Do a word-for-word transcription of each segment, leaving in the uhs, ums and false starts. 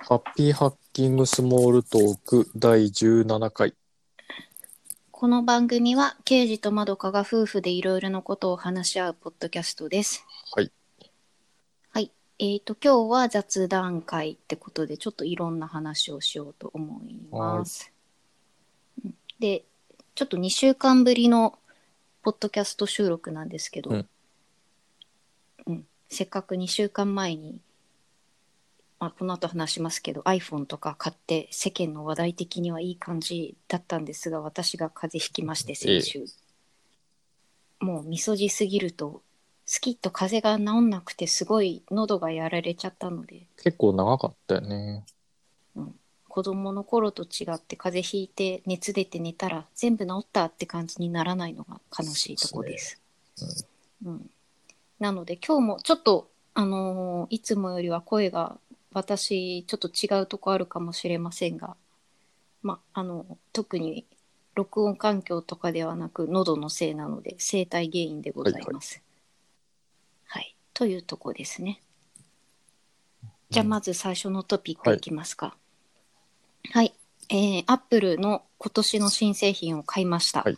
ハッピーハッキングスモールトークだいじゅうななかい。 この番組は刑事とまどかが夫婦でいろいろなことを話し合うポッドキャストです。 はい。 はい。えーと、今日は雑談会ってことで、ちょっといろんな話をしようと思いはい。 ます。で、ちょっとにしゅうかんぶりのポッドキャスト収録なんですけど、 うん。 うん、せっかくにしゅうかんまえに、まあ、この後話しますけど iPhone とか買って世間の話題的にはいい感じだったんですが、私が風邪ひきましてええ。 先週。もうみそじすぎるとスキッと風邪が治んなくてすごい喉がやられちゃったので、 結構長かったよね。 うん、子供の頃と違って風邪ひいて熱出て寝たら全部治ったって感じにならないのが悲しいとそうですね。 こです。うん、なので今日もちょっとあのーいつもよりは声が私ちょっと違うとこあるかもしれませんが、まあの特に録音環境とかではなく喉のせいなので生体原因でごはいはい。 ざいます。はい、というとこですね。じゃあうん。 まず最初のトピックいはい。 きますか。はい。えー、アップルの今年の新製品を買いました。 はい。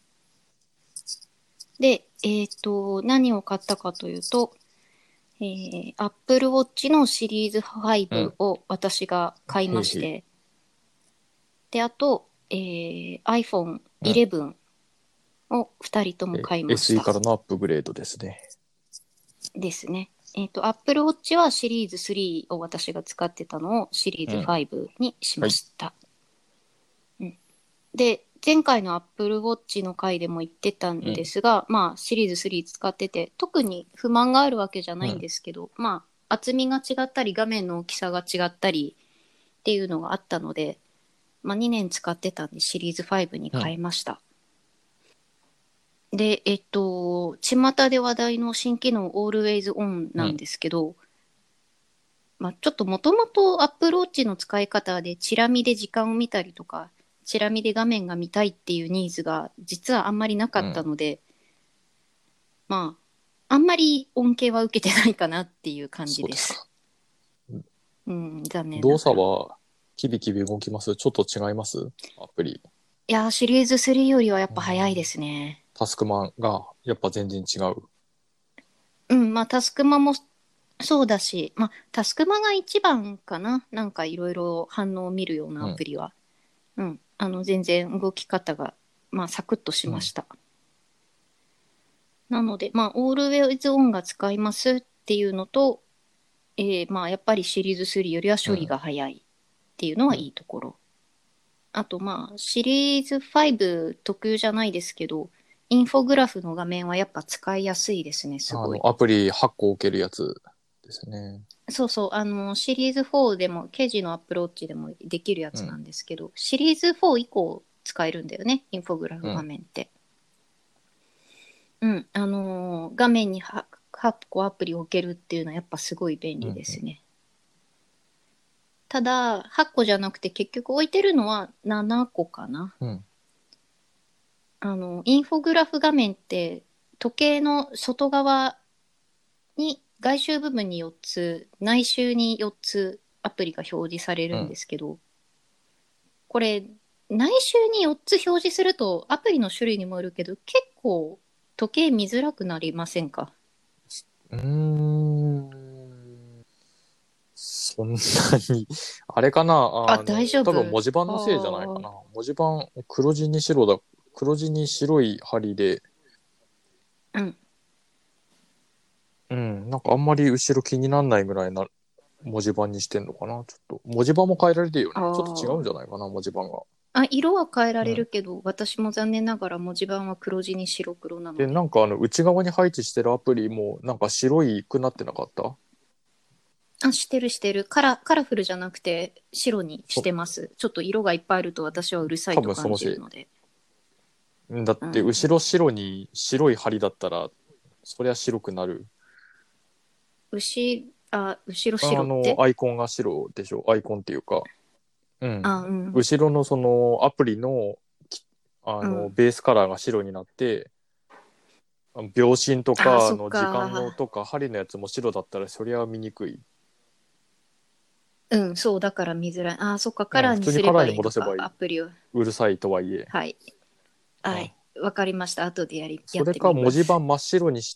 で、えっ、と、何を買ったかというと、えー、Apple Watch のシリーズうん。 ファイブを私が買いへいへい。 まして、で、あと、えー、iPhone うん。 イレブンをふたりともえ、 買いましエスイーた。 からのアップグレードですね。 ですね。えっ、と、Apple Watch はシリーズスリーを私が使ってたのをシリーズうん。 ファイブにしはい。 ました。で、前回の Apple Watch の回でも言ってたんでうん。 すが、まあシリーズスリー使ってて、特に不満があるわけじゃないんうん。 ですけど、まあ厚みが違ったり、画面の大きさが違ったりっていうのがあったので、まあにねん使ってたんでシリーズファイブにうん。 変えました。で、えっと、巷で話題の新機能 Always On なんうん。 ですけど、まあ、ちょっともともと Apple Watch の使い方でチラ見で時間を見たりとか、チラ見で画面が見たいっていうニーズが実はあんまりなかうん。 ったので、まあ、あんまり恩恵は受けてないかなっていう感じです。 そうですか。 うん、残念な動がら。 作はキビキビ動きます？ちょっと違います？アプリ。 いやー、シリーズスリーよりはやっうぱ早いでん。 すね。 タスクマンがやっぱ全然違う。 うん、まあ、タスクマもそうだし、まあ、タスクマが一番かな。なんかいろいろ反応を見るようなうん。 アプリは。うん、あの、全然動き方が、まあ、サクッとしうん。 ました。なので、まあ、オールウェイズオンが使いますっていうのと、えーまあ、やっぱりシリーズスリーよりは処理うん。 が早いっていうのうん。 はいいところ。あと、まあ、シリーズファイブ特有じゃないですけど、インフォグラフの画面はやっぱ使いやすいですね、すごい。 あの、アプリはっこ置けるやつですね。 そうそう、あの、シリーズフォーでも、ケージのアプローチでもできるやうん。 つなんですけど、シリーズフォー以降使えるんだよね、インフォグラフ画うん。 面って。うん、あのー画面にははっこアプリを置けるっていうのはやっぱすごい便利うん。 ですね。ただ、はっこじゃなくて結局置いてるのはななこかな。 うん。 あの、インフォグラフ画面って時計の外側に外周部分によっつ、内周によっつアプリが表示されるんうん。 ですけど、これ内周によっつ表示するとアプリの種類にもよるけど結構時計見づらくなりませんか？ うーん。そんなにあれかな。 あ、 あの、 大丈夫。 多分文字盤のせいじゃないかはな。文字盤、黒地に白だ。黒地に白い針で、 あ。うん。 うん。なんかあんまり後ろ気にならないぐらいな文字盤にしてんのかな。ちょっと。文字盤も変えられるよあね。ちょっと違うんーじゃないかな、文字盤が。 あ、色は変えらうん。 れるけど、私も残念ながら文字盤は黒地に白黒なので、なで。 んかあの、内側に配置してるアプリも、なんか白いくなってなかった？ あ、してるしてる。カラ、カラフルじゃなくて白にしそ、 てます。ちょっと色がいっぱいあると私はうるさい多と感分そのせい。 じるので。 だってうん。 後ろ白に白い針だったらそりゃ白くなる。 後、あ、後ろ白あのってアイコンが白でしょ。アイコンっていうか、うあ、 ん、 うん。 後ろのそのアプリのきあうん。 のベースカラーが白になって、秒針とあ、 かあそっの時間のか。 とか針のやつも白だったらそりゃ見にくい。 うん、そうだから見づらい。ああ、そっか、カうん、 ラー普通ににすればカラーにいいのか、 戻せばいい。 アプリを。 うるさいとはいえ。 はい。 うん。 はい。わかりました。後でやり、やそってれか文字みます。 盤真っ白にして、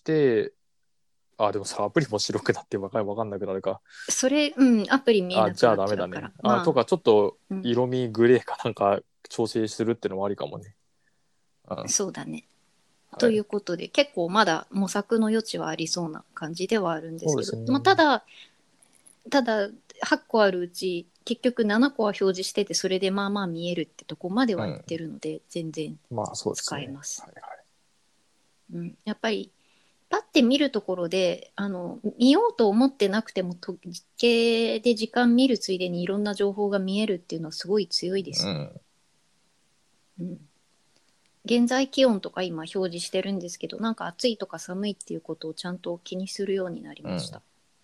あ、でもさ、アプリも白くなってわかわかんなくなるか。 それ、うん、アプリ見えあ、じゃあなくなっダメだね。 ちゃうから。 あ、とまかちょっとあ、うん、 色味グレーかなんか調整するってのもありかもね。うん。 そうだね。といはい。 うことで、結構まだ模索の余地はありそうな感じではあるんですけど、 そうですね。 まあ、ただ、ただ、はっこあるうち、結局ななこは表示してて、それでまあまあ見えるってとこまでは言っうん。 てるので、全然まあそうですね。 使えます。 はいはい。 うん、やっぱり、パッて見るところで、あの、見ようと思ってなくても、時計で時間見るついでにいろんな情報が見えるっていうのはすごい強いですね。 うん。 うん。現在気温とか今表示してるんですけど、なんか暑いとか寒いっていうことをちゃんと気にするようになりうん。 ました。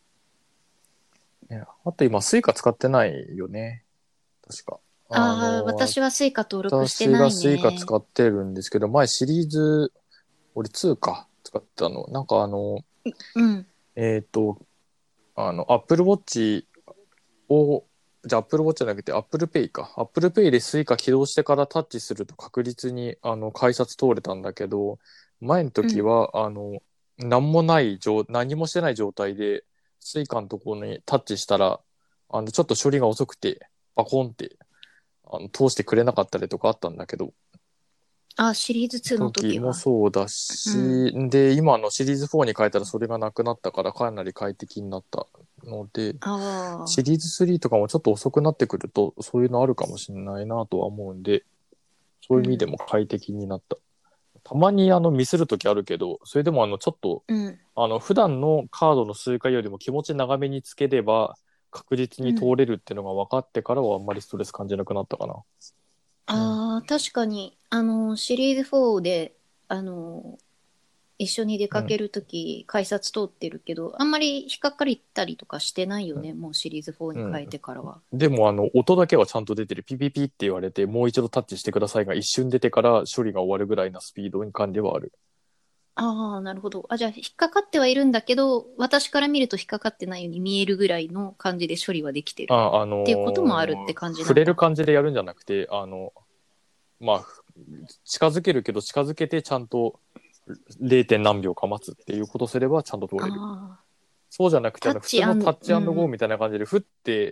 ね、あと今、スイカ使ってないよね。確か。あああ、 の、 私はスイカ登録して私がないスイカね。 使ってるんですけど、前シリーズ、俺にか使ってたの。なんかあの、 うん。 えっと、あの、Apple Watch を、じゃあ Apple Watch じゃなくて Apple Pay か。Apple Pay でスイカ起動してからタッチすると確実にあの改札通れたんだけど、前のうん。 時は、あの、何もない状、何もしてない状態で、スイカのところにタッチしたら、あの、ちょっと処理が遅くて、パコンって、あの、通してくれなかったりとかあったんだけど、 あ、シリーズにの時も時は。 そうだうん。 し、で、今のシリーズフォーに変えたらそれがなくなったからかなり快適になったので、シあリーズスリーとかもちょっと遅くなってくると、そういうのあるかもしれないなとは思うんで、そあ、 ういう意味でうん。 も快適になった。たまにあのミスるときあるけど、それでもあのちょっと、 うん。 あの普段のカードの数回よりも気持ち長めにつければ確実に通うん。 れるっていうのが分かってからはあんまりストレス感じなくなったかな。うん。 ああ、確かに、あの、シリーズフォーで、あの、一緒に出うん。 かけるとき、改札通ってるけど、あんまり引っかかりたりとかしてないようん。 ね、もうシリーズフォーうん。 に変えてからは。 でもあの音だけはちゃんと出てる。ピピピって言われて、もう一度タッチしてくださいが一瞬出てから処理が終わるぐらいなスピードに感ではある。 ああ、なるほど。あ、じゃあ、引っかかってはいるんだけど、私から見ると引っかかってないように見えるぐらいの感じで処理はできてるっあ、あのていうこともあるってー感じな触れるのか。 感じでやるんじゃなくて、あの、まあ、近づけるけど近づけてちゃんと れい. 点何秒か待つっていうことすればちゃんと通れる。 ああ、 そうじゃなくて、あタッの、普通チアン、 のタッチうん。 ゴーみたいな感じで、振って、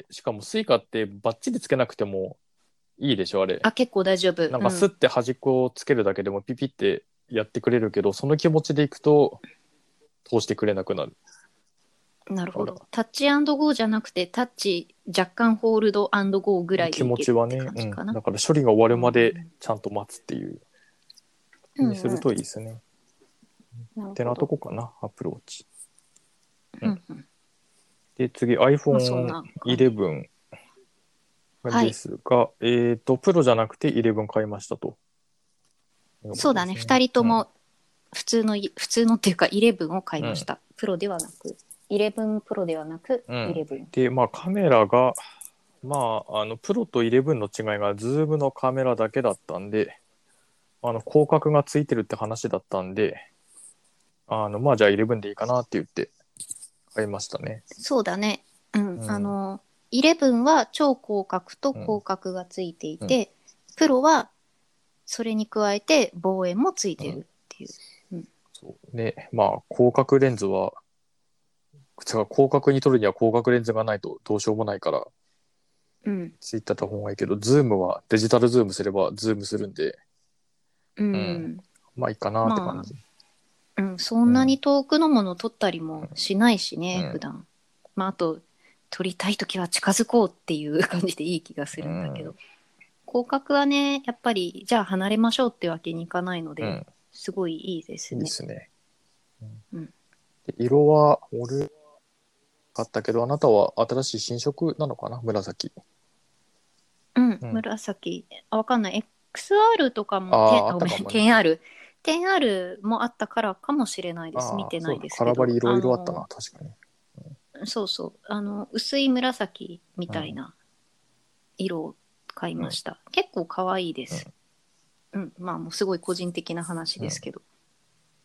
しかもスイカってバッチリつけなくてもいいでしょ、あれ。 あ、結構大丈夫。 なんかスッうん。 て端っこをつけるだけでもピピってやってくれるけど、その気持ちでいくと通してくれなくなる。 なるほど。 だかタッチゴーじゃなくて、タッチ若干ホールドゴーぐらら、気持いでいけるってちはね、うん。 感じかな。 だから処理が終わるまでうん。 ちゃんと待つっていううんうん。 にするといいですね。ってなとなるほど。 こかな、アプローチ。うん。 うんうん。 で、次まあ、そんな感じ。 アイフォンイレブン ではい。 すが、えっと、プロじゃなくてイレブン買いましたというこそうだね。 とですね。 二人とうん。 も普通のい、普通のっていうか、イレブンを買いうん。 ました。プロではなく、イレブンプロではなく、 うん。 イレブン。 で、まあカメラが、まあ、あの、プロとイレブンの違いが、ズームのカメラだけだったんで、あの、広角がついてるって話だったんで、あの、まあ、じゃあイレブンでいいかなって言って買いましたね。 そうだね。うん。 うん。 あの、イレブンは超広角とうん。 広角がついていうん。 て、プロはそれに加えて望遠もついてるうん。 っていう。うん。 そう。で、まあ、広角レンズは、違う、広角に撮るには広角レンズがないとどうしようもないから、 うん。 ついてた方がいいけど、ズームはデジタルズームすればズームするんで、 ううん。 ん。 まあいいかなって感まじ。 あ、うん。そんなうん。 に遠くのもの撮ったりもしないしね、普うん。 段。まあ、あと、撮りたいときは近づこうっていう感じでいい気がすうるんだけど。 ん。 広角はね、やっぱり、じゃあ離れましょうってわけにいかないので、 うん。 すごいいいですいいでね。 すね。うん、 うん。 で色は、俺、買ったけど、あなたは新しい新色なのかな、紫。 うん、 うん。 紫。あ、わかんない。エックスアール とかも、10、 ああ、ああ、ごめん、 ったかもね。 テンアール。テンアール もあったからかもしれないです。見ああ、 てないそうだ。 ですけど、 カラバリいろあいろあったな、 の、 確かに。 そうそう、あの、薄い紫みうん。 たいな色を買いうん。 ました。結構可愛いでうん。 す。うん、まあもうすごい個人的な話うん。 ですけど。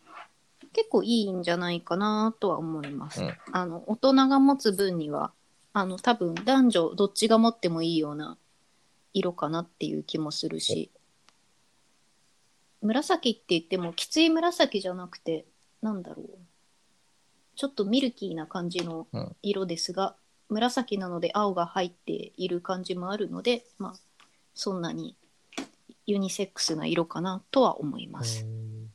結構いいんじゃないかなとは思います。 うん。 あの、大人が持つ分には、 あの多分男女どっちが持ってもいいような色かなっていう気もするし、紫って言ってもきつい紫じゃなくて、なんだろう、ちょっとミルキーな感じのうん色ですが、紫なので青が入っている感じもあるので、まあそんなにユニセックスな色かなとは思いまうす。 ん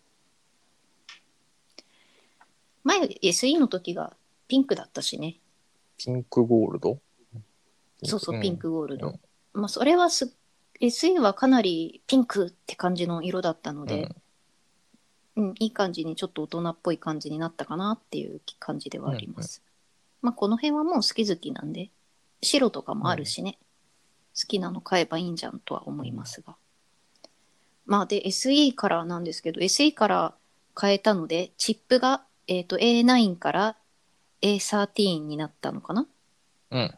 前 エスイー の時がピンクだったしね。 ピンクゴールドピンそうそう、ピンクうんクゴールド。 うんまあそれはす エスイー はかなりピンクって感じの色だったので、 うんうん、いい感じにちょっと大人っぽい感じになったかなっていう感じではうんうんあります。まあこの辺はもう好き好きなんで、白とかもあるしね、好きなの買えばいいんじゃんとは思いますが。まあで エスイー からなんですけど、エスイー から変えたので、チップが、えーと エーナイン から エーサーティーン になったのかな。 うん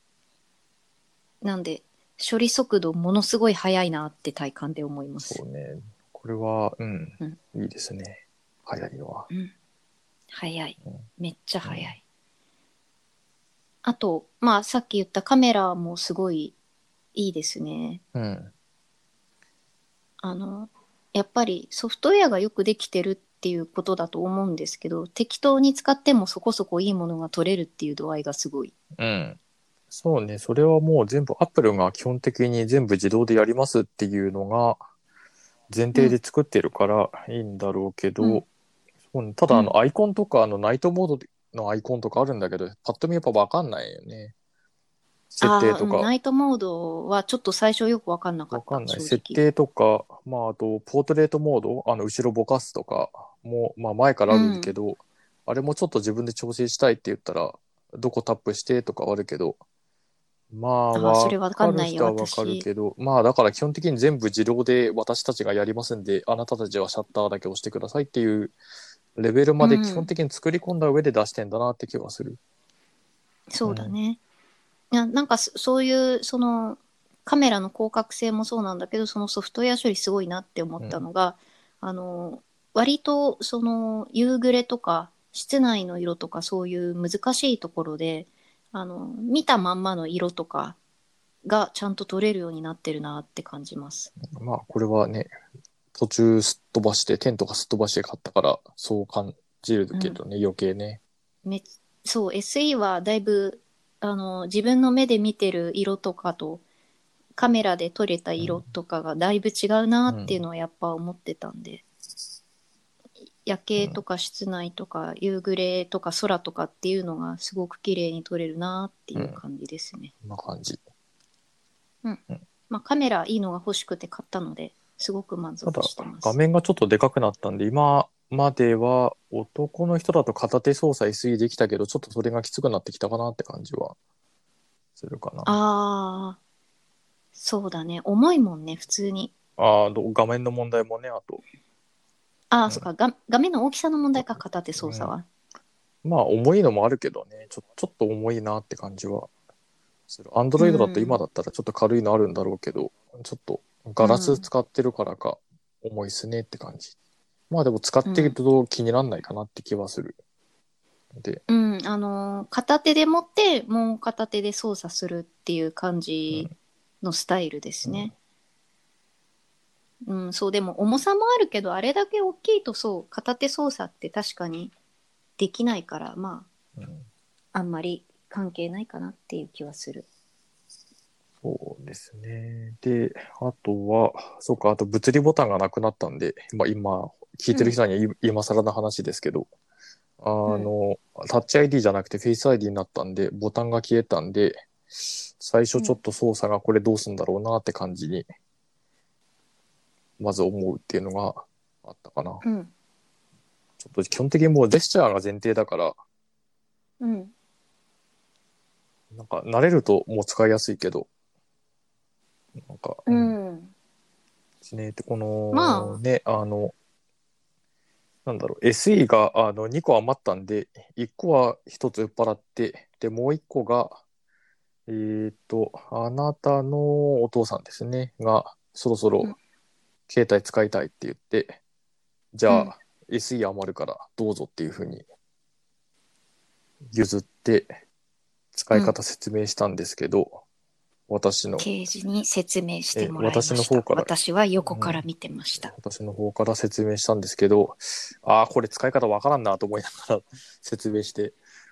なんで処理速度ものすごい速いなって体感で思います。 そうね。これは、うん、 うん、 いいですね。早いのは。 うん、速い。 うんめっちゃうん速い。あと、まあさっき言ったカメラもすごいいいですね。 うんあの、やっぱりソフトウェアがよくできてるっていうことだと思うんですけど、適当に使ってもそこそこいいものが取れるっていう度合いがすごい。 うんそうね。それはもう全部、アップルが基本的に全部自動でやりますっていうのが前うん、 提で作ってるからいいんだろうけど、 うん、 そうねただあのうん。 アイコンとかあのナイトモードのアイコンとかあるんだけど、パッと見やっぱわかんないよね。設定ああ、うん、 とか。 ナイトモードはちょっと最初よくわかんなかった、 わかんない。 正直。 設定とか、まあ、あと、ポートレートモード、あの、後ろぼかすとかも、まあ、前からあるけうん。 ど、あれもちょっと自分で調整したいって言ったら、どこタップしてとかはあるけど、まあ、 ああ、そわれわかかるんないよ、 人はわかる私。 けど、まあ、だから基本的に全部自動で私たちがやりますんで、あなたたちはシャッターだけ押してくださいっていうレベルまで基本うん。 的に作り込んだ上で出してんだなって気はする。うん。 そうだね。いや、なんかそそういう、その、カメラの広角性もそうなんだけど、そのソフトウェア処理すごいなって思っうん。 たのが、あの、割と、その、夕暮れとか、室内の色とか、そういう難しいところで、あの、見たまんまの色とかがちゃんと撮れるようになってるなって感じます。 まあ、これはね、途中すっ飛ばして、テントがすっ飛ばして買ったから、そう感じるうん。 けどね、余計ね。 め、そう、エスイー はだいぶ、あの、自分の目で見てる色とかと、カメラで撮れたうん。 色とかがだいぶ違うなっていううん。 のはやっぱ思ってたんで、夜景とうん。 か室内とか夕暮れとか空とかっていうのがすごく綺麗に撮れるなってうん。 いう感じですね。 こんな感じ。 うん。 うん。 まあカメラいいのが欲しくて買ったので、すごく満足ただ、 してます。 画面がちょっとでかくなったんで、今までは男の人だと片手操作 エスイー できたけど、ちょっとそれがきつくなってきたかなって感じはするかな。 ああ、そうだね。重いもんね、普通に。 ああ、ど画面の問題もね、あと。 ああ、 うん。 そっか、が画面の大きさの問題か、片手操うん、 作は。 まあ、重いのもあるけどね、ちょ、ちょっと重いなって感じはする。 う Android だと今ん、 だったらちょっと軽いのあるんだろうけど、ちょっとガラスうん、 使ってるからか重いっすねって感じ。まあでも使っているうん。 と気にならないかなって気はする。で、 うん、あのー片手で持ってもう片手で操作するっていう感じうん、 のスタイルですうん、 ね。うん、そう、でも重さもあるけど、あれだけ大きいとそう、片手操作って確かにできないから、まうん。 あ、あんまり関係ないかなっていう気はする。 そうですね。で、あとは、そうか、あと物理ボタンがなくなったんで、まあ今、聞いうん、 てる人には今更の話ですけど、あうん、 の、タッチ アイディー じゃなくてフェイス アイディー になったんで、ボタンが消えたんで、最初うん、 ちょっと操作がこれどうすんだろうなって感じに、まず思うっていうのがあったかな。 うん、 ちょっと基本的にもうジェスチャーが前提だから、 うん、 なんか慣れるともう使いやすいけど、なんか、 ううん。 ん。 ね、で、こまのね、あの、なんだろう、エスイー があのにこ余ったんで、いっこはひとつ売っ払って、で、もういっこが、えーっと、あなたのお父さんですね、が、そろそあ、うん、 ろ携帯使いたいって言って、じうん、 ゃあ エスイー 余るからどうぞっていうふうに譲って使い方説明したんですけど、私の、 刑事に説明してえもらいま私のした。 方から、 私は横うん、 から見てました。 私の方から説明したんですけど、ああ、これ使い方わからんなと思いながら説明して、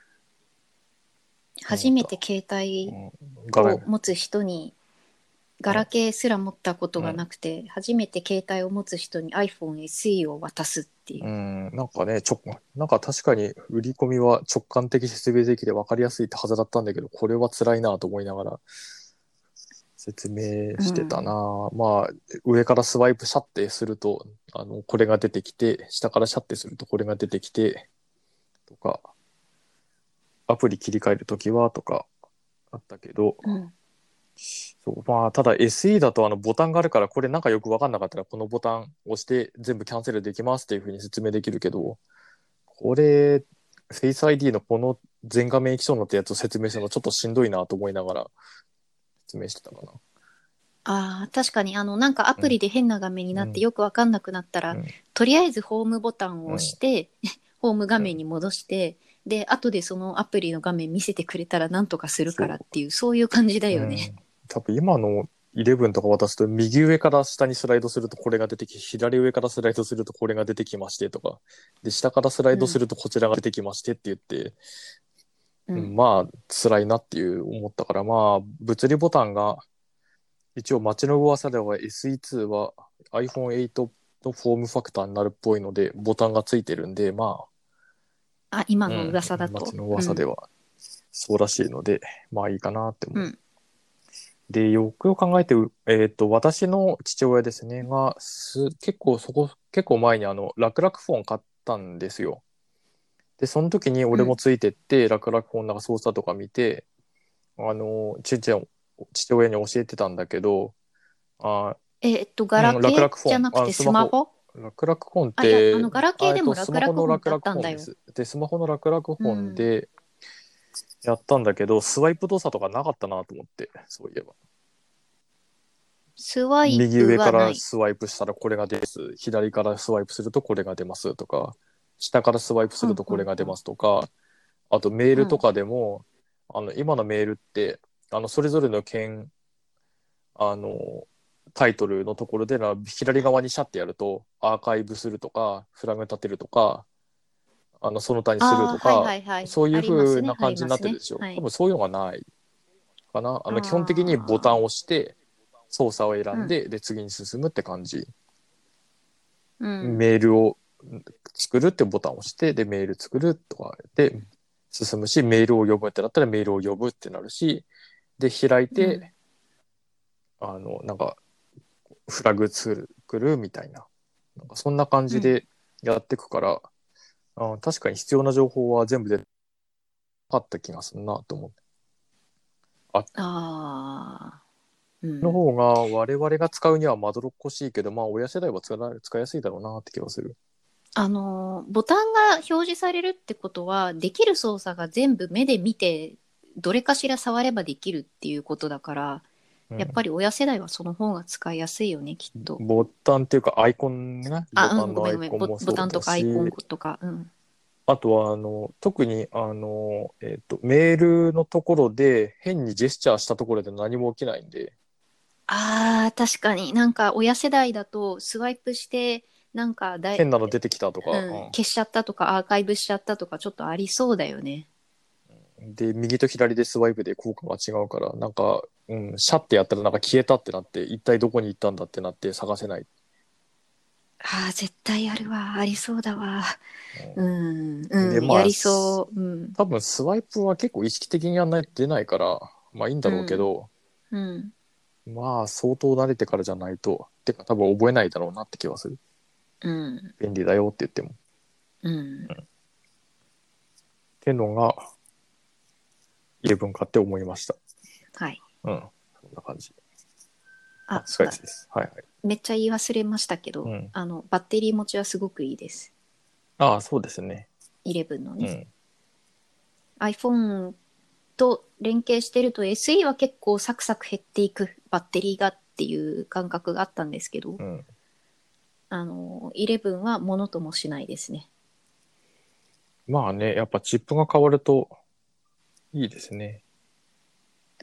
思った。 初めて携帯うん、画面、 を持つ人に、ガラうん、 ケーすら持ったことがうん、 なくて、初めて携帯を持つ人に iPhone エスイー を渡すっていう。 うん、なんかね、ちょ、なんか確かに売り込みは直感的説明できて分かりやすいってはずだったんだけど、これは辛いなと思いながら説明してたな。 うん。 まあ、上からスワイプシャッてすると、あの、これが出てきて、下からシャッてするとこれが出てきて、とか、アプリ切り替えるときは、とかあったけど、 うん。 そう、まあ、ただ エスイー だとあのボタンがあるから、これなんかよく分かんなかったら、このボタンを押して全部キャンセルできますっていうふうに説明できるけど、これ、フェイス アイディー のこの全画面液晶になったやつを説明するのちょっとしんどいなと思いながら説明してたかな。 ああ、確かに、あの、なんかアうん、 プリで変な画面になってうん、 よくわかんなくなったら、 うん、 とりあえずホームボタンをうん、 押して、ホーム画うん。 面に戻して、で、後でそのアプリの画面見せてくれたらなんとかするからっそていう、そういう感じだう。うよね。 ん。多分今のイレブンとか渡すと、右上から下にスライドするとこれが出てき、左上からスライドするとこれが出てきましてとか、で、下からスライドすうん。 るとこちらが出てきましてって言って、うん、 うん。 まあ、辛いなっていう思ったから、まあ、物理ボタンが、一応街の噂では エスイーツー は iPhone エイトのフォームファクターになるっぽいので、ボタンがついてるんで、まあ、今あ、うのん、 噂だと。 街のうん。 噂ではそうらしいので、まあいいかなって思う。 うん。 で、よくよく考えて、えっと、私の父親ですね、が、す、結構そこ、結構前にあの、楽々フォン買ったんですよ。で、その時にうん。 俺もついてって、楽々フォンなんか操作とか見て、あの、父親父親に教えてたんだけど、あ、 えーっと、ガラうん、楽ケー 々フォン、あ、 じゃなくてスマホ。 スマホ。 楽々フォンっあ、いや、あて、 の、ガラケーあ、えっと、 でもスマホ楽々本ってあの楽々 ったんだよ。 フォンです。で、スマホの楽々フうォンん。 でやったんだけど、スワイプ動作とかなかったなと思って、そういえば。 スワイ右上かプはない。 らスワイプしたらこれが出ます。左からスワイプするとこれが出ますとか、下からスワイプすうん、 るとこうん、うん。 れが出ますとか、あとメーうん。 ルとかでも、あの、今のメールって、あの、それぞれの件、あの、タイトルのところでな、左側にシャッてやると、アーカイブするとか、フラグ立てるとか、あの、その他にするああ、はいはとか、 いはい。 そういうありますね、あ風な感じになっりますね。 てるでしょ。 はい。 多分そういうのがないかな。あの、基本的にボタンああ、 を押して、操作を選うん、 んで、で、次に進むって感じ。 うん、 メールを作るってボタンを押して、で、メール作るとかで進むし、メールを呼ぶってなったらメールを呼ぶってなるし、で、開いうん、 て、あの、なんか、フラグ作るみたいな。なんかそんな感うん。 じでやっていくから、あ、確かに必要な情報は全部出なかった気がするなと思って。あっああ、うん。 ちの方が我々が使うにはまどろっこしいけど、まあ親世代は使い使いやすいだろうなって気がする。 あのー、ボタンが表示されるってことは、できる操作が全部目で見て、どれかしら触ればできるっていうことだから、 うん。 やっぱり親世代はその方が使いやすいよね、きっと。 ボタンっていうかアイコンね、ボあ、うん、 タンのアイごめんごめん。ボ、 コンもそうボタンとかアイコンだし、 とか、うん。 あとはあの特にあの、えっと、メールのところで変にジェスチャーしたところで何も起きないんで、 ああ、確かになんか親世代だとスワイプして、なんかだい、 変なの出てきたとか、 うん、消しちゃったとかアーカイブしちゃったとかちょっとありそうだよね。 うん、で、右と左でスワイプで効果が違うから、なんか、うん、シャッてやったらなんか消えたってなって、一体どこに行ったんだってなって探せない。 ああ、絶対あるわ。ありそうだわ。ううん、 ん、で、 うん、やまあ、 りそう。うん、 多分スワイプは結構意識的にやんないと出ないから、まあいいんだろうけうん、 ど、 うん、 まあ相当慣れてからじゃないと、てか多分覚えないだろうなって気はする。 うん、 便利だよって言っても。 うん。 うん、ってのが、イレブンかって思いました。 はい。 うん。そんな感じ。あ、 あ、そうだ。 スカイスです。はいはい。 めっちゃ言い忘れましたけど、 うん。 あの、バッテリー持ちはすごくいいです。 ああ、そうですね。 イレブンのね。 うん。 iPhone と連携してると エスイー は結構サクサク減っていくバッテリーがっていう感覚があったんですけど、 うん。 あの、イレブンはものともしないですね。 まあね、やっぱチップが変わるといいですね。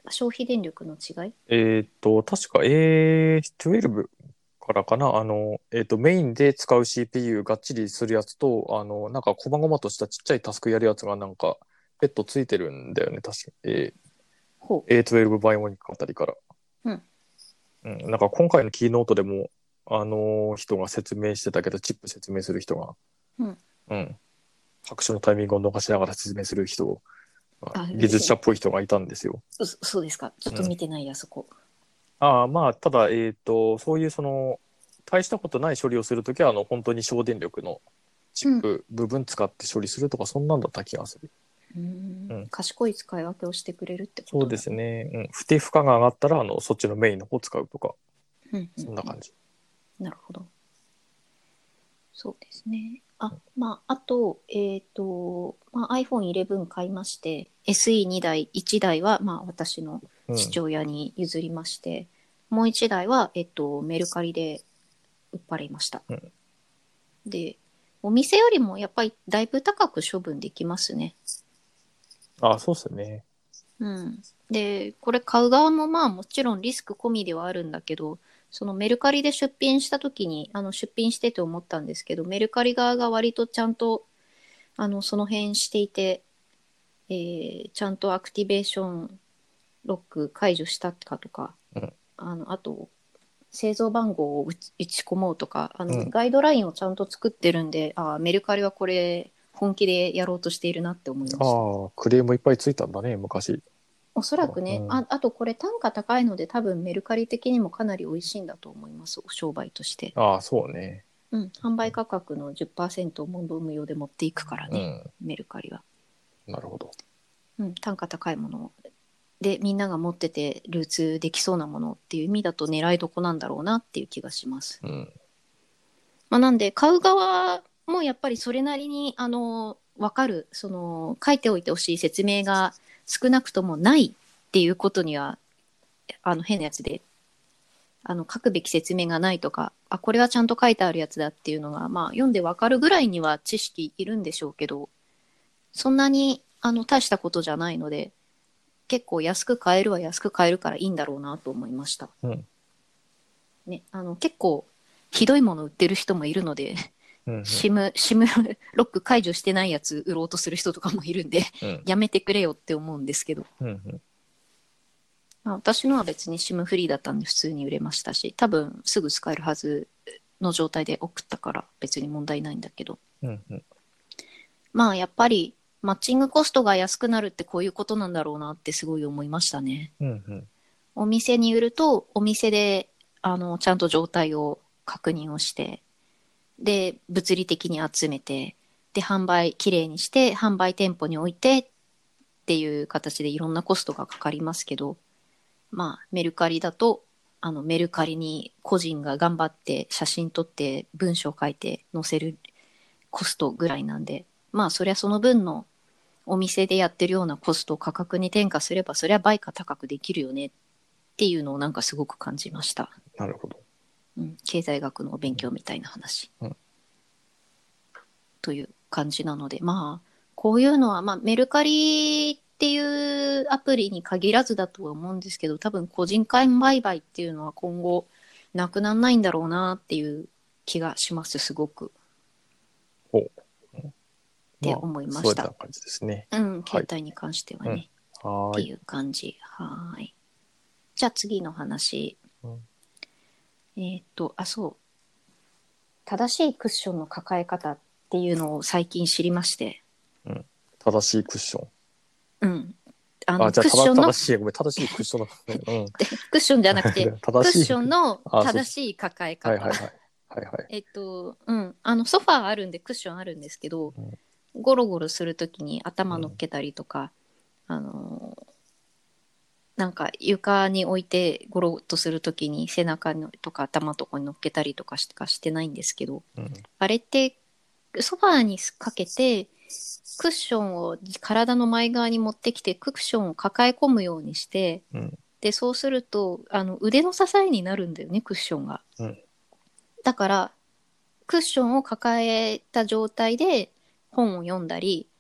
消費電力の違い？ えーっと、確か エーじゅうに からかな、あの、えーっと、メインで使う シーピーユー がっちりするやつと、あの、なんか、細々としたちっちゃいタスクやるやつが、なんか、ペットついてるんだよね、確か。えほー、エーじゅうに バイオニックあたりから。 う。うん。 うん、なんか、今回のキーノートでも、あの人が説明してたけど、チップ説明する人が、 うん。 うん、拍手のタイミングを逃しながら説明する人、 あ、 技術者っぽい人がいたんですよ。 うそうですか。ちょっうん。 と見てないや、そこ。 ああ、まあ、ただ、えっと、そういうその、大したことない処理をするときは、あの、本当に省電力のチッうん。 プ部分使って処理するとか、そんなんだった気がする。 うーん。 うん。 賢い使い分けをしてくれるってこそうでとだね。 すね。うん。不定負荷が上がったら、あの、そっちのメインの方使うとか、 うん。うん。うん。 そんな感じ。 なるほど。そうですね。あ、まあ、あと、えっと、まあ、アイフォンイレブン 買いまして、エスイーに 台、いちだいは、まあ、私のうん。 父親に譲りまして、もういちだいは、えっと、メルカリで売っ払いました。 うん。 で、お店よりもやっぱりだいぶ高く処分できますね。 ああ、そうっすね。 うん。で、これ買う側もまあもちろんリスク込みではあるんだけど、そのメルカリで出品した時に、あの出品してて思ったんですけど、メルカリ側が割とちゃんとあのその辺していて、えーちゃんとアクティベーションロック解除したかとか、 うん。 あのあと製造番号を打ち打ち込もうとか、あうん。 のガイドラインをちゃんと作ってるんで、あーメルカリはこれ本気でやろうとしているなって思いました。 ああ、クレームいっぱいついたんだね、昔。 おそらくね、 うん。 あ、あとこれ単価高いので多分メルカリ的にもかなり美味しいんだと思います、商売として。 ああ、そうね。 うん、販売価格のじゅっパーセントを問答無用で持っていくからね、 うん。 メルカリは。 なるほど。 うん、単価高いものでみんなが持ってて流通できそうなものっていう意味だと狙いどこなんだろうなっていう気がします。 うん。 まあ、なんで買う側もやっぱりそれなりにあの分かるその書いておいてほしい説明が少なくともないっていうことにはあの変なやつであの書くべき説明がないとか、あ、これはちゃんと書いてあるやつだっていうのが、まあ、読んでわかるぐらいには知識いるんでしょうけど、そんなにあの大したことじゃないので、結構安く買えるは安く買えるからいいんだろうなと思いました。 うん。 ね、あの結構ひどいもの売ってる人もいるので、 うん。 シム、シムロック解除してないやつ売ろうとする人とかもいるんで、 うん。 やめてくれよって思うんですけど、 うん。うん。 まあ、私のは別にシムフリーだったんで普通に売れましたし、多分すぐ使えるはずの状態で送ったから別に問題ないんだけど、 うん。うん。 まあやっぱりマッチングコストが安くなるってこういうことなんだろうなってすごい思いましたね。 うん。 お店に売るとお店であのちゃんと状態を確認をして、で物理的に集めて、で販売きれいにして販売店舗に置いてっていう形でいろんなコストがかかりますけど、まあメルカリだとあのメルカリに個人が頑張って写真撮って文章書いて載せるコストぐらいなんで、まあそりゃその分のお店でやってるようなコストを価格に転嫁すればそりゃ倍か高くできるよねっていうのをなんかすごく感じました。 なるほど。 うん、経済学のお勉強みたいな話うん。 という感じなので、まあこういうのは、まあ、メルカリっていうアプリに限らずだとは思うんですけど、多分個人間売買っていうのは今後なくならないんだろうなっていう気がします、すごくっほう。うん、まてあ、 思いました。 そういった感じですね。 うん、 はい。 携帯に関してはうん。 ね。っはーい。 ていう感じ。はーい。じゃあ次の話。 うん。 えーっと、あ、そう。正しいクッションの抱え方っていうのを最近知りまして。 うん。正しいクッション。 うん。ああ、 の、 じゃあ、ただ、 クッションの、 正しい、ごめん、正しいクッションの、うん。 クッションじゃなくて、クッ正しい。 ションのあ、そうそ正しい抱えう。はい方。 はいはい。はいはい。 えっと、うん。あの、ソファーあるんでクッションあるんですけど、 うん。 ゴロゴロするときにうん。 頭乗っけたりとか、あのーなんか床に置いてゴロっとするときに背中のとか頭とかに乗っけたりとかしかしてないんですけど、 うん。 あれってソファーにかけてクッションを体の前側に持ってきてクッションを抱え込むようにして、 うん。 でそうするとあの腕の支えになるんだよね、クッションが。 うん。 だからクッションを抱えた状態で本を読んだり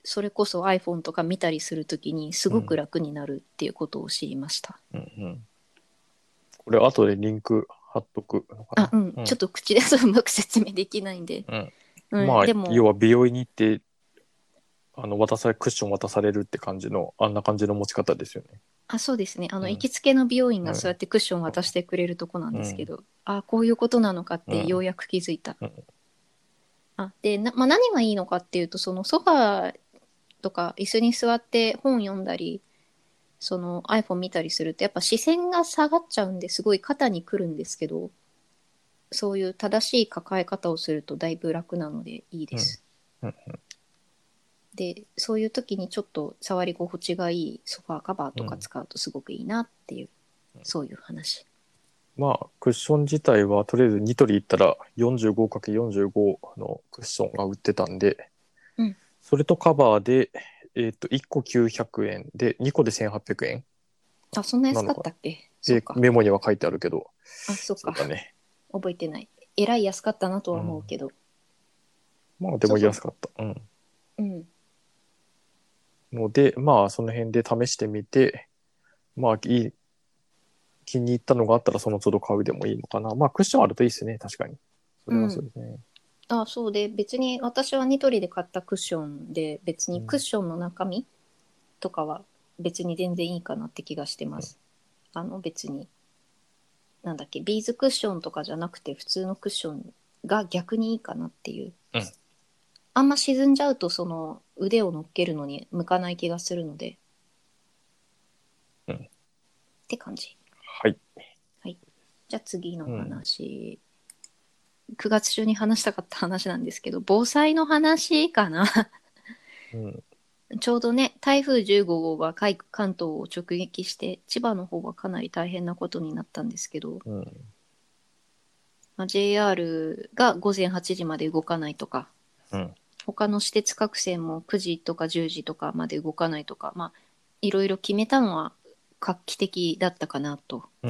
それこそ iPhone とか見たりするときにすごくうん楽になるっていうことを知りました。 うんうん。これ後でリンク貼っとくのかあ、 な。 うん、 うん。 ちょっと口でそううまく説明できないんで、 うん。 うん、 まあ、 でも、 要は美容院に行って、あの、渡され、クッション渡されるって感じの、あんな感じの持ち方ですよね。 あ、そうですね。あの、行うん。 きつけの美容院うん。 がそうやってクッション渡してくれるとこなんうん。 ですけど、あ、こういうことなのかっうん。 てようやく気づいた。 うん。 あ、で、な、まあ、何がいいのかっていうと、そのソファーとか椅子に座って本読んだり、その iPhone 見たりすると、やっぱ視線が下がっちゃうんですごい肩にくるんですけど、そういう正しい抱え方をするとだいぶ楽なのでいいでうん。 す。 うん。 で、そういう時にちょっと触り心地がいいソファーカバーとかうん。 使うとすごくいいなっていう、そういう話。 まあ、クッション自体は、とりあえずニトリ行ったら よんじゅうごかけるよんじゅうご のクッションが売ってたんで、 うん。 それとカバーで、えっと、いっこきゅうひゃくえんで、にこでせんはっぴゃくえんあ、そんな安かっなのかな。 たっけ？そうで、 か。 メモには書いてあるけど、 あ、そうか。 そうだね。 覚えてない。えらい安かったなとは思ううん。 けど。 まあ、でもそうそう。 安かった。うん。 うん。 ので、まあ、その辺で試してみて、まあ、いい、気に入ったのがあったらその都度買うでもいいのかな。まあ、クッションあるといいですね。確かに。それはそううん。 ですね。 あ、そうで、別に私はニトリで買ったクッションで、別にクッうん。 ションの中身とかは別に全然いいかなって気がしてます。あの別に、なんだっけ、ビーズクッションとかじゃなくて普通のクッションが逆にいいかなっていう。 うん。 あんま沈んじゃうとその腕を乗っけるのに向かない気がするので、っうん。 て感じ。 はい。 はい。じゃあ次のうん。 話。くがつ中に話したかった話なんですけど、防災の話かな。 うん。 ちょうどね、台風じゅうごごうが関関東を直撃して、千葉の方はかなり大変なことになったんですけど、 うん。 まあ、ジェイアール が午前はちじまで動かないとか、 うん。 他の私鉄各線もくじとかじゅうじとかまで動かないとか、まあ、いろいろ決めたのは画期的だったかなと。 うん。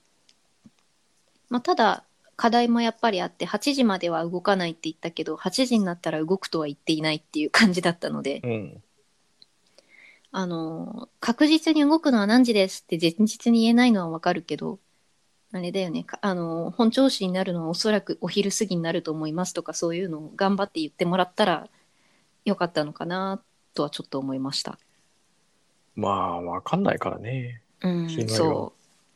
まあ、ただ、課題もやっぱりあって、はちじまでは動かないって言ったけど、はちじになったら動くとは言っていないっていう感じだったので、 うん。 あの、確実に動くのは何時ですって前日に言えないのはわかるけど、あれだよね、かあの、本調子になるのはおそらくお昼過ぎになると思いますとか、そういうのを頑張って言ってもらったらよかったのかなとはちょっと思いました。 まあ、わかんないからね。 うん、 被害が。 そう、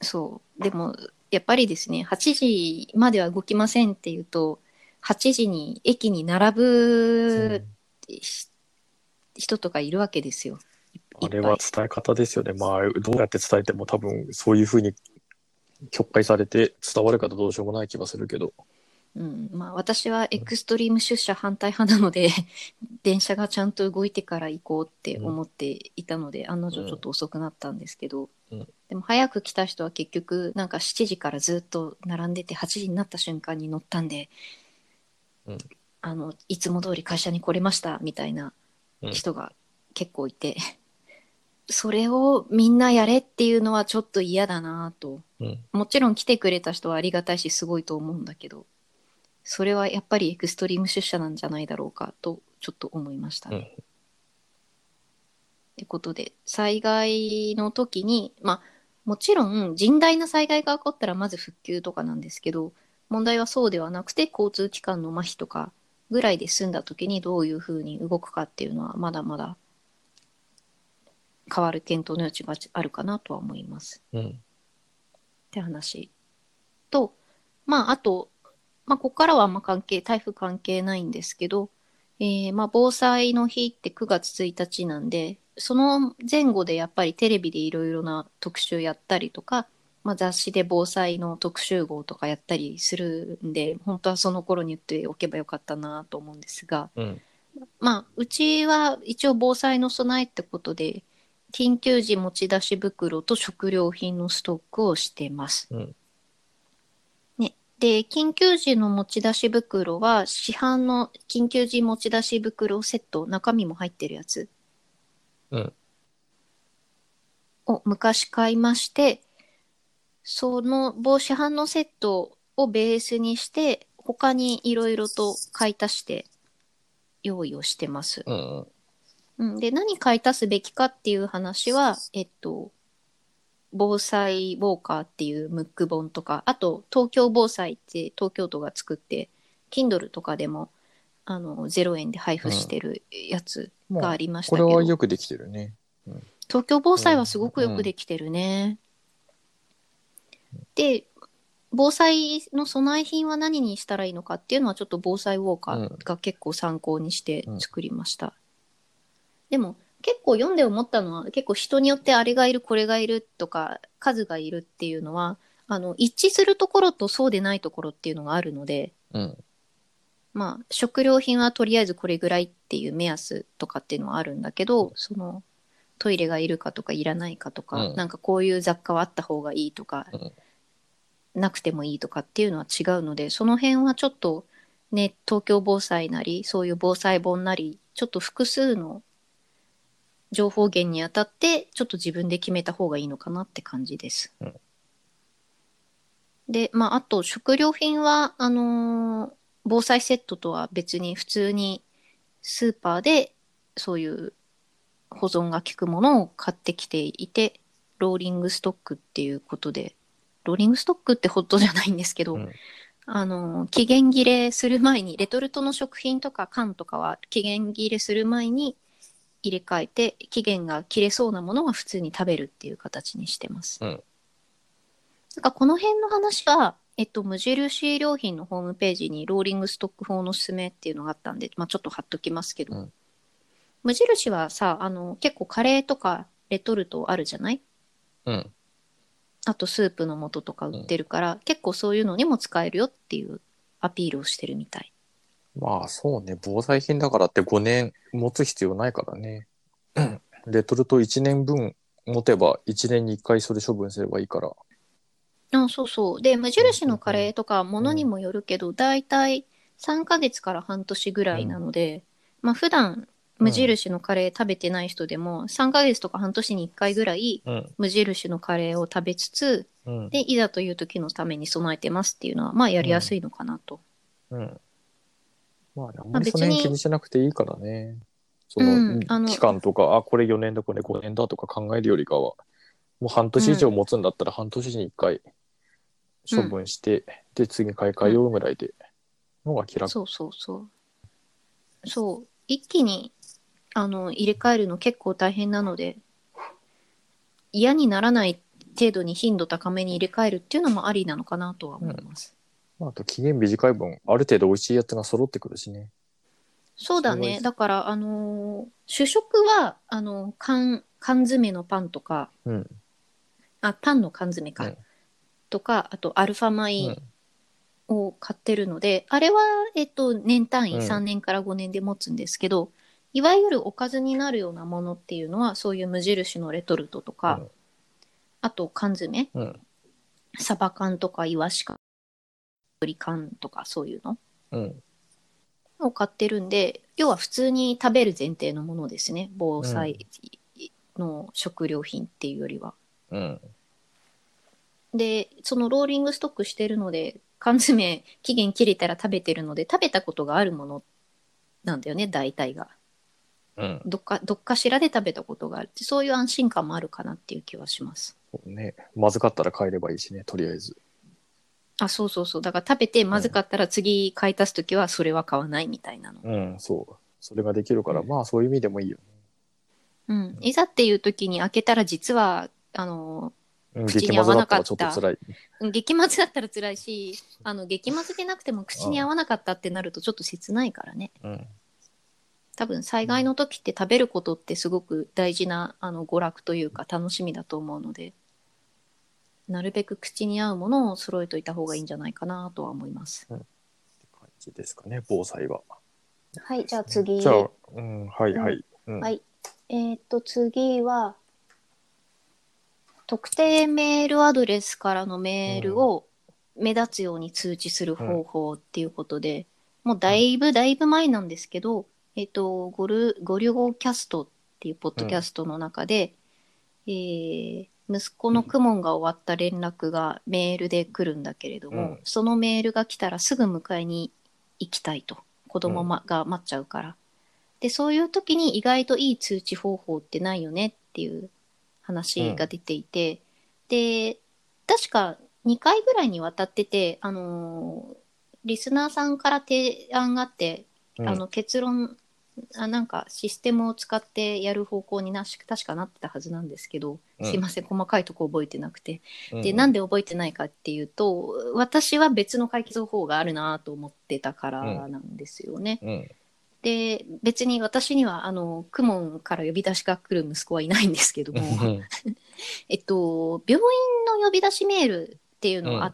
そう。でも、やっぱりですね、はちじまでは動きませんっていうと、はちじに駅に並ぶうん。 人とかいるわけですよ。いあれいっぱい。 は伝え方ですよね。まあ、どうやって伝えても多分そういうふうに曲解されて伝わるかとどうしようもない気がするけど。 うん、まあ私はエうん。 クストリーム出社反対派なので電車がちゃんと動いてから行こうってうん。 思っていたので案の定ちょっうん。 と遅くなったんですけど、 うん。 でも早く来た人は結局なんかしちじからずっと並んでてはちじになった瞬間に乗ったんで、 うん。 あのいつも通り会社に来れましたみたいなうん。 人が結構いて、それをみんなやれっていうのはちょっと嫌だなと。 うん。 もちろん来てくれた人はありがたいしすごいと思うんだけど、それはやっぱりエクストリーム出社なんじゃないだろうかとちょっと思いましたね。 うん。 ってことで、災害の時に、まあ、もちろん甚大な災害が起こったらまず復旧とかなんですけど、問題はそうではなくて交通機関の麻痺とかぐらいで済んだ時にどういうふうに動くかっていうのはまだまだ変わる検討の余地があるかなとは思います。 うん。 って話と、まあ、あと、まあ、ここからはあんま関係、台風関係ないんですけど、えーまあ、防災の日ってくがつついたちなんで、その前後でやっぱりテレビでいろいろな特集やったりとか、まあ、雑誌で防災の特集号とかやったりするんで、本当はその頃に言っておけばよかったなと思うんですが、 うん。 まあ、うちは一応防災の備えってことで、緊急時持ち出し袋と食料品のストックをしてます。 うん。 ね。で、緊急時の持ち出し袋は、市販の緊急時持ち出し袋セット、中身も入ってるやつうん。 を昔買いまして、その防市販のセットをベースにして、他にいろいろと買い足して用意をしてます。 うん。 うん、で何買い足すべきかっていう話は、えっと、防災ウォーカーっていうムック本とか、あと東京防災って東京都が作って、Kindle とかでもあのゼロえんで配布してるやつまあ、 がありましこれたけど、 はよくできてるね。うん。 東京防災はすごくよくうん。 できてるね。で、防災の備え品は何にしたらいいのかっていうのはちょっと防災ウォーカうん。 ーが結構参考にしてうん。 作りました。でも結構読んで思ったのは、結構人によってあれがいるこれがいるとか数がいるっていうのは、あの一致するところとそうでないところっていうのがあるので、 うん。 まあ食料品はとりあえずこれぐらいっていう目安とかっていうのはあるんだけど、そのトイレがいるかとかいらないかとか、 うん。 なんかこういう雑貨はあった方がいいとか、 うん。 なくてもいいとかっていうのは違うので、その辺はちょっとね、東京防災なりそういう防災本なりちょっと複数の情報源にあたってちょっと自分で決めた方がいいのかなって感じです。 うん。 で、まあ、あと食料品はあのー防災セットとは別に普通にスーパーでそういう保存が効くものを買ってきていて、ローリングストックっていうことで、ローリングストックってホットじゃないんですけど、 うん。 あの、期限切れする前に、レトルトの食品とか缶とかは期限切れする前に入れ替えて、期限が切れそうなものは普通に食べるっていう形にしてます。 うん。 なんかこの辺の話は、えっと、無印良品のホームページにローリングストック法のおすすめっていうのがあったんで、まあ、ちょっと貼っときますけど、 うん。 無印はさ、あの、結構カレーとかレトルトあるじゃない？ うん。 あとスープの素とか売っうん。 てるから、結構そういうのにも使えるよっていうアピールをしてるみたい。 まあ、そうね。防災品だからってごねん持つ必要ないからね。うん。レトルトいちねんぶん持てばいちねんにいっかいそれ処分すればいいから。 あ、そうそう。で、無うん。 印のカレーとかものにもよるけど、だいたいさんかげつから半年ぐらいなうん。 ので、まあ普段無うん。 印のカレー食べてない人でもさんかげつとか半年にいっかいぐらいうん。 無印のカレーを食べつつ、 うん。 で、いざという時のために備えてますっていうのは、まあやうん。 りやすいのかなと。 うん。まあね、あんまあまりその辺気別に、 にしなくていいからね。その、 うん、あ期の、 間とか、あ、これよねんだ、これごねんだとか考えるよりかは、もう半年以上うん、 持つんだったら半年にいっかい処うん、 分して、で、次買い替えうん。 ようぐらいで、のが気楽。 そうそうそう。そう。一気に、あの、入れ替えるの結構大変なので、嫌にならない程度に頻度高めに入れ替えるっていうのもありなのかなとはうん。 思います。 まあ、あと期限短い分、ある程度美味しいやつが揃ってくるしね。 そうだね。 それはいいっす。 だから、あのー主食は、あの、缶、缶詰のパンとか、 うん。 あ、パンの缶詰か、 うん。 とか、あと、アルファ米うん。 を買ってるので、あれは、えっと、年単位うん。 さんねんからごねんで持つんですけど、いわゆるおかずになるようなものっていうのは、そういう無印のレトルトとか、 うん。 あと缶詰、 うん。 サバ缶とかイワシ缶、ブリ缶とかそういうのうん。 を買ってるんで、要は普通に食べる前提のものですね。防うん。 災の食料品っていうよりは。 うん。 で、そのローリングストックしてるので、缶詰期限切れたら食べてるので、食べたことがあるものなんだよね、大体が。 うん。 どっか、どっかしらで食べたことがある。そういう安心感もあるかなっていう気はします。 そうね。まずかったら帰ればいいしね、とりあえず。 あ、そうそうそう。だから食べてうん。 まずかったら次買い足すときはそれは買わないみたいなの。 うん、そう。それができるから、 うん。 まあそういう意味でもいいよね。 うん。いざっていう時に開けたら実は、あの、 うん、 口激に合わなまずだったらかった。 ちょっと辛い。 激まずだったら辛いし、あの、激まずでなくても口に合うわなかったってなるとちょっと切ないからね。 ん。うん。 多分災害の時って食べることってすごく大事なあの娯楽というか楽しみだと思うので、なるべく口に合うものを揃えといた方がいいんじゃないかなとは思います。 うん。って感じですかね、防災は。 はい、じゃあじゃあ、 次。 うん、はいうん。 はい。うん。 はい。えーっと、次は、特定メールアドレスからのメールうん。 を目立つように通知するうん。 方法っていうことで、もうだうん。 いぶだいぶ前なんですけど、えっと、ゴル、ゴリュゴキャストっていうポッドキャうん。 ストの中で、えー息子の公文が終わった連絡がメールで来るんだけれども、 うん。 そのメールが来たらすぐ迎えに行きたいと。子供、 うん。 ま、が待っちゃうから。 で、そういう時に意外といい通知方法ってないよねっていううん話が出ていて、で、確かにかいぐらいにわたってて、あのーリスナーさんから提案があって、あうんの結論あ、なんかシステムを使ってやる方向になし確かなってたはずなんですけど、 うんすいません、細かいとこ覚えてなくて。で、なうんんで覚えてないかっていうと、私は別の解決方法があるなと思ってたかうんらなんですよね。 うんで、別に私には、あの、クモンから呼び出しが来る息子はいないんですけどうも、 んえっと、病院の呼び出しメールっていうのはあうんって、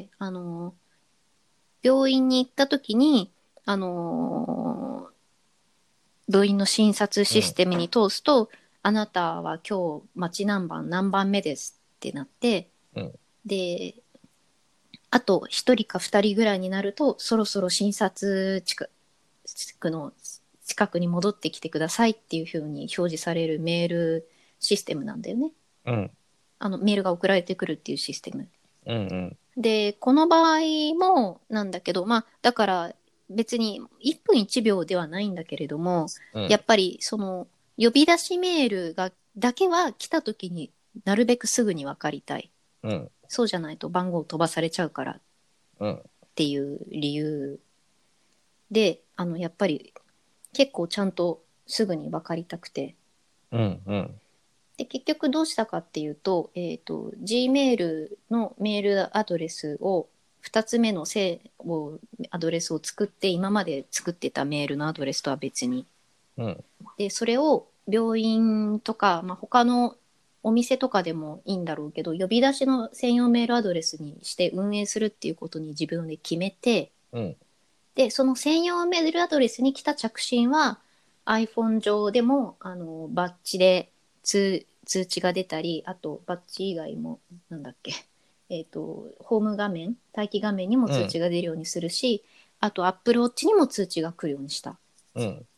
あの、病院に行った時に、あの病院の診察システムに通すと、あなたは今日待ち何番何番目ですってなって、 うんで、あとひとりかふたりぐらいになると、そろそろ診察近くの近くに戻ってきてくださいっていう風に表示されるメールシステムなんだよね。 うんあのメールが送られてくるっていうシステム。 うんで、この場合もなんだけど、まあ、だから別にいっぷんいちびょうではないんだけれども、 うんやっぱりその呼び出しメールがだけは来た時になるべくすぐに分かりたい。 うんそうじゃないと番号飛ばされちゃうからっうんていう理由で、あの、やっぱり結構ちゃんとすぐに分かりたくて。 うんうんで、結局どうしたかっていうと、えっと、Gmail のメールアドレスを、ふたつめの正をアドレスを作って、今まで作ってたメールのアドレスとは別に。 うんで、それを病院とか、まあ、他のお店とかでもいいんだろうけど、呼び出しの専用メールアドレスにして運営するっていうことに自分で決めて、 うんで、その専用メールアドレスに来た着信は iPhone 上でもあのバッジで通通知が出たり、あとバッジ以外もなんだっけ、えっ、と、ホーム画面、待機画面にも通知が出るようにするし、あと Apple Watch にも通知が来るようにしたっうん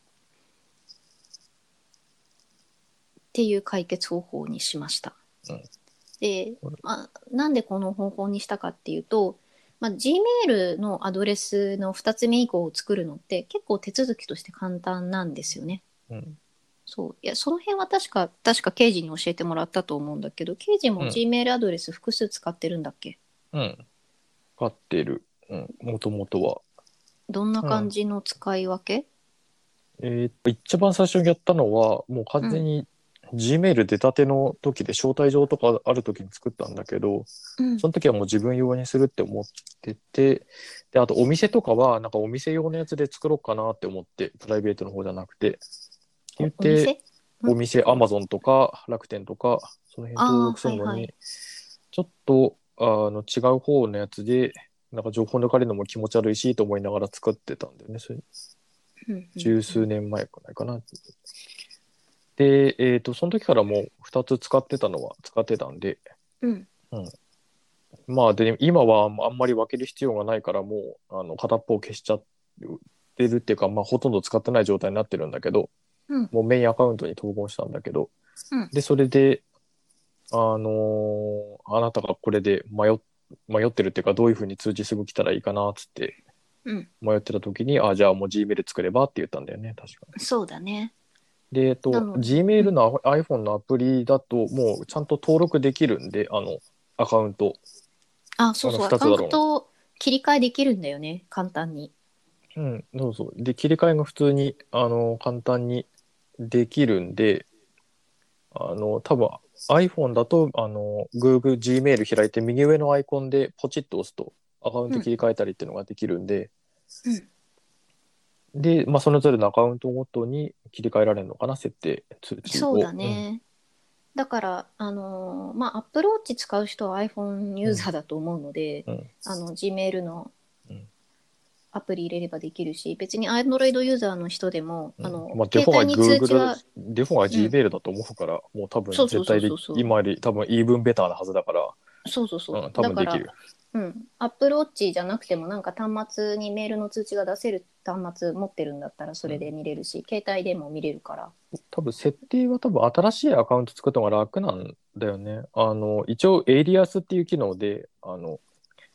ていう解決方法にしました。 うんで、まあ、なんでこの方法にしたかっていうと、まあ、Gmail のアドレスのふたつめ以降を作るのって結構手続きとして簡単なんですよね。 うんそう。いや、その辺は確か、確か刑事に教えてもらったと思うんだけど、刑事もうん Gmail アドレス複数使ってるんだっけ？ うん飼ってる。うん、もともとは。 どんなうん。 感じの使い分け？ えーっと、一番最初にやったのは、もう完うん。 全に Gmail 出たての時で招待状とかある時に作ったんだけど、 うん。 その時はもう自分用にするって思ってて、で、あとお店とかは、なんかお店用のやつで作ろうかなって思って、プライベートの方じゃなくて、って言お、 って、 お店？んお店、アマゾンとか楽天とか、その辺登ああー、 録するのに、 はいはい。 ちょっと、あの、違う方のやつで、なんか情報抜かれるのも気持ち悪いしと思いながら作ってたんだよね。それうんうん十数年前くらいかな。で、えっと、その時からもうふたつ使ってたのは使ってたんで、 うん。 うん。まあ、で、今はあんまり分ける必要がないから、もう、あの、片っぽを消しちゃってるっていうか、まあ、ほとんど使ってない状態になってるんだけど、 うん。 もうメインアカウントに統合したんだけど、 うん。 で、それで、あのーあなたがこれで迷っ、迷ってるっていうか、どういうふうに通知すぐ来たらいいかな、つってうん。 迷ってた時に、あ、じゃあもう Gmail 作ればって言ったんだよね、確か。 そうだね。 で、えっと、 なので、う Gmail ん。 の iPhone のアプリだと、もうちゃんと登録できるんで、あの、アカウント、 あ、そあの、 うそう、アカウ二つだろうな。 ント切り替えできるんだよね、簡単に。 うん、そうそう。で、切り替えが普通に、あの、簡単にできるんで、あの、多分 iPhone だと、あの、Google Gmail 開いて右上のアイコンでポチッと押すとアカウンうん。 ト切り替えたりっていうのができるんで、 うん。 で、まあ、それぞれのアカウントごとに切り替えられるのかな、設定、通知そうだを。うん。 ね。だから、あのーまあ、Apple Watch 使う人は iPhone ユうん。 ーザーだと思うので、 うん。 あの、Gmail のうん。 アプリ入れればできるし、別に Android ユーザーの人でも、 うん。 あの、 まあ、デフォが携帯に通知 Google、 は、 デフォがうん、 Gmail だと思うから、もう多分そうそうそうそ絶対で、 うそう、 今より多分イーブンベターなはずだかそうそうそら、うん、 う。だから、 多分できる。 うん、Apple Watch じゃなくても、なんか端末にメールの通知が出せる端末持ってるんだったら、それでうん。 見れるし、携帯でも見れるから。 多分設定は多分新しいアカウント作った方が楽なんだよね。あの、一応エイリアスっていう機能で、あの、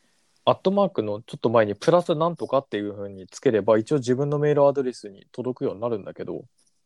アットマークのちょっと前にプラスなんとかっていう風につければ一応自分のメールアドレスに届くようになるんだけど、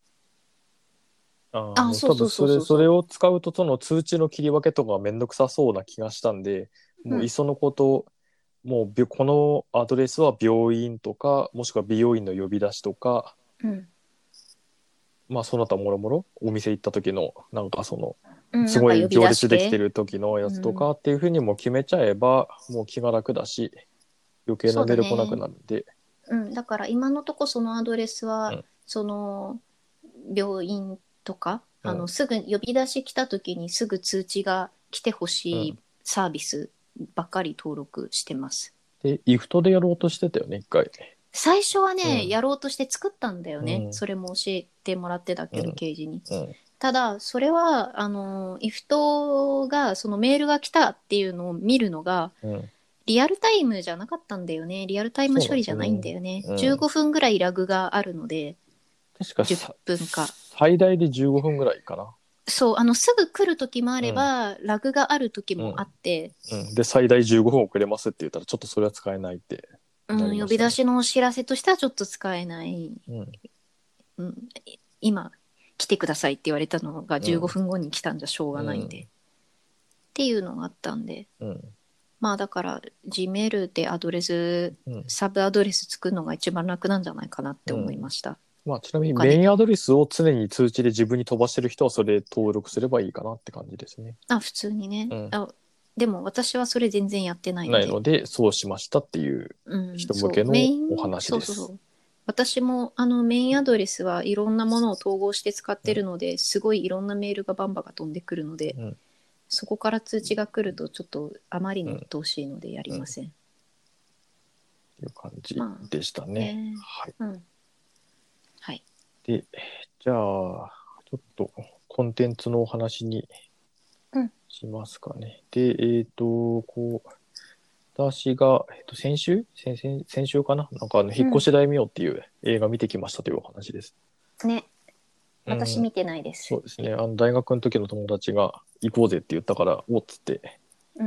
ああ、 のそうそうそ多分それうそうそそれを使うとその通知の切り分けとかがめんどくさそうな気がしたんで、 う。うん。 もういっそのこともうびょこのアドレスは病院とかもしくは美容院の呼び出しとか、 うん。 まあその他もろもろお店行った時のなんかそのうん、 すごなんか呼びい行列できて出し系。 る時のやつとうん。 かっていう風にも決めちゃえばもう気が楽だし余計なそうだメール来なくね。 なるんで、 うん。だから今のとこそのアドレスは、 うんその、病院とか、あの、 うんすぐ呼び出し来た時にすぐ通知が来てほしいうん。 サービスばっかり登録してます。 で、イフトでやろうとしてたよね、一回。 最初はね、 うんやろうとして作ったんだよね。 うんそれも教えてもらってたけど、 うん刑事に。 うんただ、それは、あの、イフトが、そのメールが来たっていうのを見るのが、 うん。 リアルタイムじゃなかったんだよね。リアルタイムそうなん処理じゃないんですよね。 だよね。15 うん。 分ぐらいラグがあるので、10 確かさ分か。 最大でじゅうごふんぐらいかな。 そう、あの、すぐ来る時もあれうんば、ラグがある時もあうんって、 うん。で、最大じゅうごふん遅れますって言ったら、ちょっとそれは使えないってなりうん、呼ましたね。 び出しのお知らせとしてはちょっと使えない。 うんうん、今、来てくださいって言われたのが15 うん分後に来たんじゃしょうがないんで。 うんっていうのがあったんで。 うんまあだから、Gmail でアドレス、 うん。 サブアドレス作るのが一番楽なんじゃないかなって思いうんました。 まあ、ちなみにお金と。 メインアドレスを常に通知で自分に飛ばしてる人はそれ登録すればいいかなって感じですね。 あ、普通にね。 うん。 あ、でも私はそれ全然やってないんで。 ないので、そうしましたっていううん、そう。 人向けのメイン、 お話です。 そうそうそう。私もあのメインアドレスはいろんなものを統合して使ってるので、すごいいろんなメールがバンバが飛んでくるので、 うんそこから通知が来るとちょっとあまりにうん鬱陶しいのでやりません。 っていう感じまあ、 でしたね。 ね。 はい。 うん。はい。 で、じゃあ、ちょっとコンテンツのお話にうんしますかね。で、えっ、と、こう、私が、えっと、先週先々先週かななんかあの、引っ越し大名っていう映画見てきましたというお話です。 ね。 うん、 私見てないです。 そうですね。あの、大学の時の友達が行こうぜって言ったから、おっつって。 うん。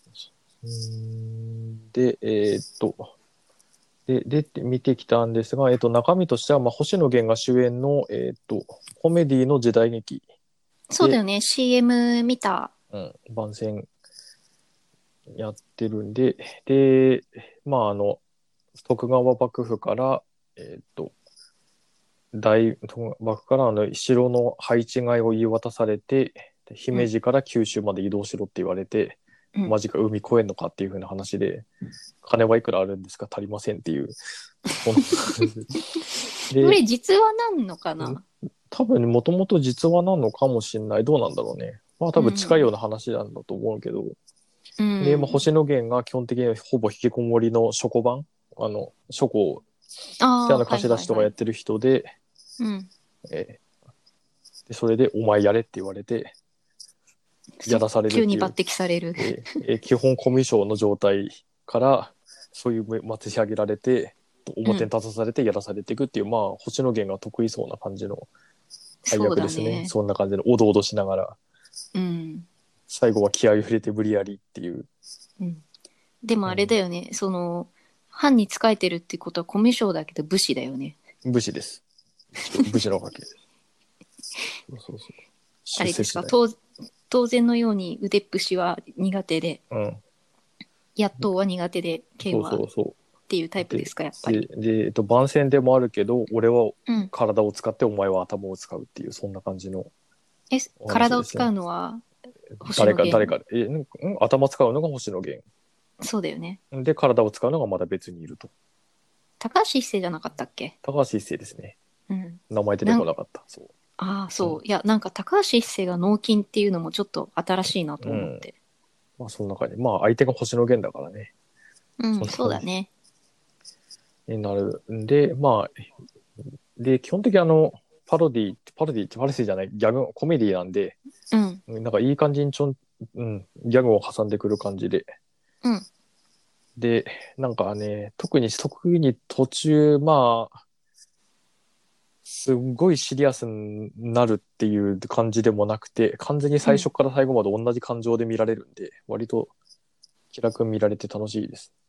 うんで、えっと、で、で、見てきたんですが、えっと、中身としては、まあ、星野源が主演の、えっと、コメディの時代劇で、 そうだよね。シーエム 見た。 うん、番宣やってるんで、で、まあ、あの、徳川幕府から、えっと、大、徳川幕府からあの城の配置換えを言い渡されて、で姫路から九州まで移動しろって言われて、 うん。 マジか海越えんのかっていう風な話で、金はいくらあるんですか足りませんっていう。そんなこで、 れ実話なんのかな。 多分もともと実話なのかもしれない。どうなんだろうね。まあ多分近いような話なんだと思うけど。 うで、まあ、 ん。 星野源が基本的にほぼ引きこもりの書庫版、あの、書庫であああ、はいの貸し出はいはい。 しとかやってる人で、 うん。 えーでそれでお前やれって言われて、やらされるっていう、 急に抜擢される。 えーえー基本コミュ障の状態から、そういう待ち上げられて、表に立たされてやらされていくっていう、まあ、星野源が得意そうな感じの配そう役ですね。 だね。 そんな感じで、おどおどしながら、 うん。 最後は気合を入れて無理やりっていう。 うん。でもあれだよね。その、藩に仕えてるってことはコミュ障だけど武士だよね。 武士です。武士のわけです。そうそうそう。 あれですか。 出世しない。 当当然のように腕っぷしは苦手で、 うん。 野党は苦手で、剣そうはっそうそていうタイう。で、 プですか、やっぱで、 り。 でえっと、番宣でもあるけど、俺はうん。 体を使ってお前は頭を使うっていう、そんな感じのえ、 お話ですね。 体を使うのは星誰か、誰野源。 か、え、んん頭使うのが星野源。 そうだよね。 で、体を使うのがまだ別にいると。 高橋一生じゃなかったっけ。 高橋一生ですね。 うん。 名前出てなんこなかった。そああ、 う。うん。 そう。いや、なんか高橋一生が脳筋っていうのもちょっと新しいなとうん。 思って。 まあ、そんな感じ。まあ、相手が星野源だからね。 うん、 そんな感じそうだね。 になるんで、まあ、で、基本的にあの、パロディ、パロディ、パロディじゃない、ギャグ、コメディなんで、 うん、 なんかいい感じにちょん、うん、ギャグを挟んでくる感じで。 うん、 で、なんかね、特に、特に途中、まあ、すんごいシリアスになるっていう感じでもなくて、完全にうん。 最初から最後まで同じ感情で見られるんで、割と気楽に見られて楽しいです。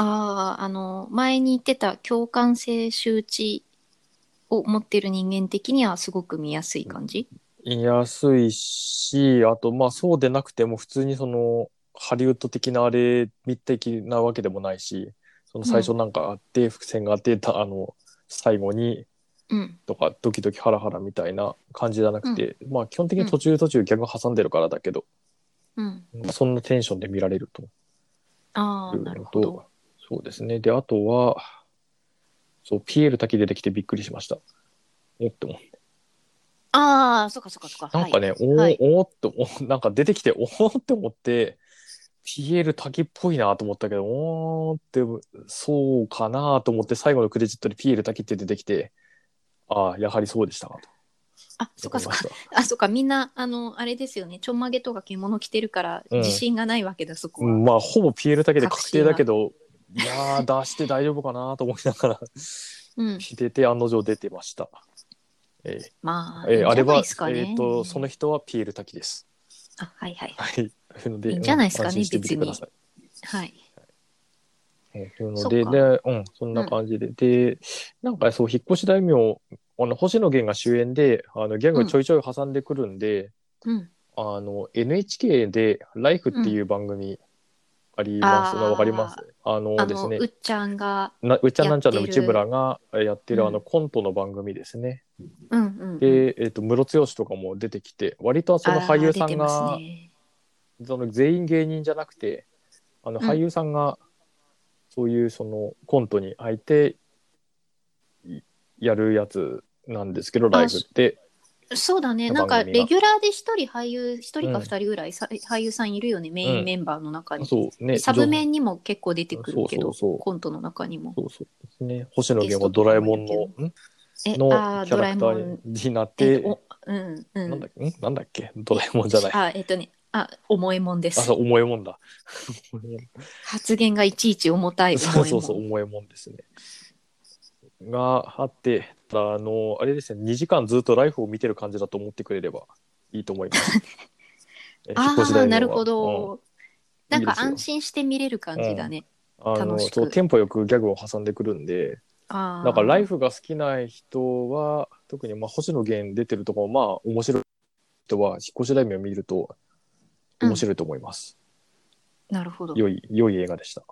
ああ、あの、前に言ってた共感性周知を持ってる人間的にはすごく見やすい感じ。 見やすいし、あと、まあそうでなくても普通にその、ハリウッド的なあれ、密的なわけでもないし、そのうん、 最初なんかあって、伏線があって、たあの、最後に、 うん、 とか、ドキドキハラハラみたいな感じじゃなくうん、 て、まあ基本的うん、 に途中途中ギャグ挟んでるからだけど、 うん。 そんなテンションで見られるといああ、なうのと、 るほど。 そうですね。で、あとは、そう、ピエール滝出てきてびっくりしました。おっても。 ああ、そっかそっかそっか。はい。 なんかね、 はい。 おー、おーってお、なんか出てきて、おーって思って、ピエール滝っぽいなと思ったけど、おーって、そうかなと思って、最後のクレジットでピエール滝って出てきて、ああ、やはりそうでしたかとあ、そっかそっか。 思いました。 あ、そっか。みんな、あの、あれですよね。ちょんまげとか着物着てるから自信がないわけだ、そこは。 うん。まあ、ほぼピエール滝で確定確信は。 だけど、いやー、出して大丈夫かなと思いながらうん。 見てて、案の定出てました。えまあ、 ーえいいんじゃないでーあれは、 すかね。 えっと、その人はピエール滝です。 あ、はいはいはい。 はい。というので、 いいんじゃうん、 ないですかね、 安心してみて別に。 ください。 はい。 えーというので、 そっか。 で、うん、そんうん。 な感じで。で、なんかそう、引っ越し大名、あの、星野源が主演で、あの、ギャうん。 グちょいちょい挟んでくるんで、 うん。 あの、エヌエイチケー で、ライフっうん。 ていう番組ありますな、わかりまあすああ、あの、 のですね、 うっちゃんがな、うっちゃんやっなんちゃんの内村てる。 がやってるあのうん。 コントの番組ですね。 うんうんうん。 で、えっと、ムロツヨシとかも出てきて、割とその俳ああ、 優さ出てますんが、 ね。 その全員芸人じゃなくて、あの俳うん。 優さんがそういうそのコントに入ってやるやつなんですけど、ライあ、 フってそうだね。なんか、 番組が。 レギュラーで一人俳優、一人かうん、 二人ぐらいさ俳優さんいるよね、メインメうん。 ンバーの中に。 そうね、 でサじょ、 ブメンにも結構出てくるそうけど、 そうそう。 コントの中にも。 そうそうですね。星野ゲス源はドラえトとかもいもんの、 るけど。 んえ、 のあー、ドラえキャラクタもん、 ーになっえっと、 て、 お、うんうなんだっん。 けんなんだっけドラえ、 えもんじゃない。 あ、えっとね、あ、重いもんであ、そす。 う、重いもんだ。 発言がいちいち重たいそうそうそう、 重いもん。 重いもんですね。があって、ただあの、あれですね、にじかんずっとライフを見てる感じだと思ってくれればいいと思います。え、引っ越しああ、なるほ大名は。うん。 ど。なんか安いいですよ。 心して見れる感うん。 じだね。 あの、そう、 楽しく。 テンポよくギャグを挟んでくるんで、なんかライあフが好きな人は、特にまあ星野源出てるところ、まあ面白い人は、引っ越し大名を見るとあ、うん、 面白いと思います。 なるほど。 良い、良い映画でした。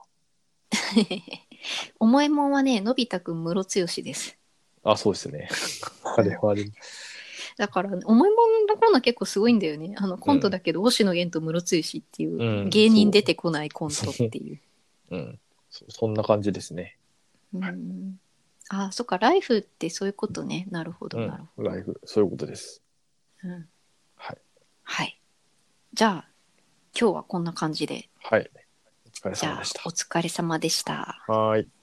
重いもんはね、のび太くんムロツヨシです。 あ、そうですね。あうん。 れはあれ。 だから、重いもんのコーナー結構すごいんだよね。あの、コントうん。 だけど、星野源とムロツヨシっていううん、 芸人出そてこないコう。 ントっそうていう。 うん。そそんな感じですね。 うん。ああ、そっか、ライフってそういうことね。なるほど、なうん。 るほど。 ライフ、そういうことです。 うん。 はい。 はい。じゃあ、今日はこんな感じで。 はい。お疲れじゃあ、お様でした。 疲れ様でした。 はーい。